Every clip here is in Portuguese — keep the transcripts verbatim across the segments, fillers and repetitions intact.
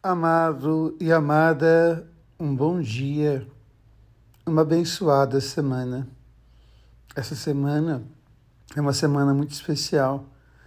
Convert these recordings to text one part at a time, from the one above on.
Amado e amada, um bom dia, uma abençoada semana. Essa semana é uma semana muito especial.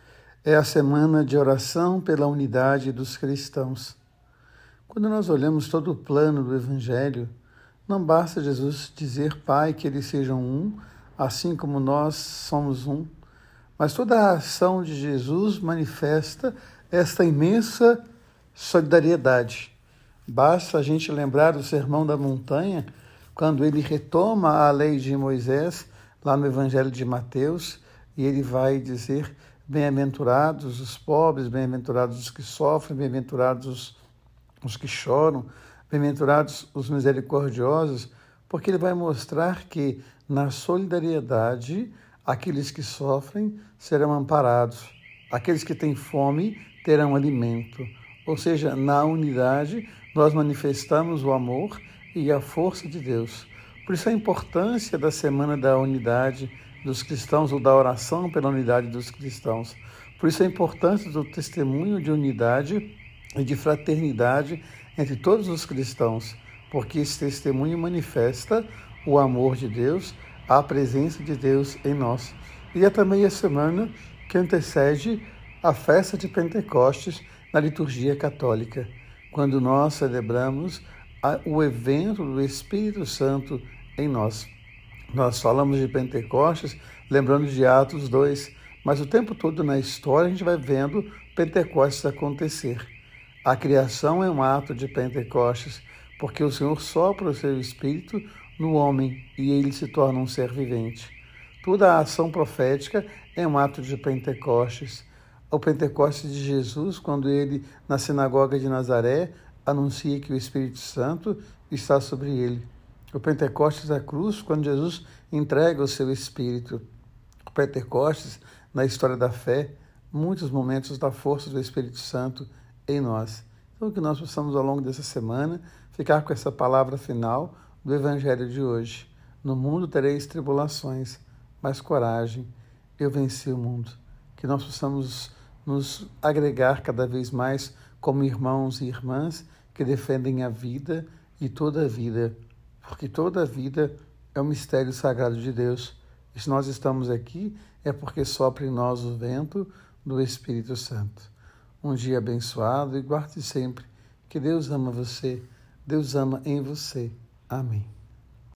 É a semana de oração pela unidade dos cristãos. Quando nós olhamos todo o plano do Evangelho, não basta Jesus dizer, Pai, que eles sejam um, assim como nós somos um, mas toda a ação de Jesus manifesta esta imensa solidariedade. Basta a gente lembrar do Sermão da Montanha, quando ele retoma a lei de Moisés, lá no Evangelho de Mateus, e ele vai dizer, bem-aventurados os pobres, bem-aventurados os que sofrem, bem-aventurados os, os que choram, bem-aventurados os misericordiosos, porque ele vai mostrar que na solidariedade, aqueles que sofrem serão amparados, aqueles que têm fome terão alimento. Ou seja, na unidade nós manifestamos o amor e a força de Deus. Por isso a importância da Semana da Unidade dos Cristãos, ou da oração pela unidade dos cristãos. Por isso a importância do testemunho de unidade e de fraternidade entre todos os cristãos, porque esse testemunho manifesta o amor de Deus, a presença de Deus em nós. E é também a semana que antecede a festa de Pentecostes na liturgia católica, quando nós celebramos o evento do Espírito Santo em nós. Nós falamos de Pentecostes, lembrando de Atos dois, mas o tempo todo na história a gente vai vendo Pentecostes acontecer. A criação é um ato de Pentecostes, porque o Senhor sopra o seu Espírito no homem e ele se torna um ser vivente. Toda a ação profética é um ato de Pentecostes. O Pentecostes de Jesus, quando ele, na sinagoga de Nazaré, anuncia que o Espírito Santo está sobre ele. O Pentecostes da cruz, quando Jesus entrega o seu Espírito. O Pentecostes, na história da fé, muitos momentos da força do Espírito Santo em nós. Então, que nós possamos, ao longo dessa semana, ficar com essa palavra final do Evangelho de hoje. No mundo tereis tribulações, mas coragem, eu venci o mundo. Que nós possamos nos agregar cada vez mais como irmãos e irmãs que defendem a vida e toda a vida, porque toda a vida é um mistério sagrado de Deus. E se nós estamos aqui, é porque sopra em nós o vento do Espírito Santo. Um dia abençoado e guarde sempre que Deus ama você, Deus ama em você. Amém.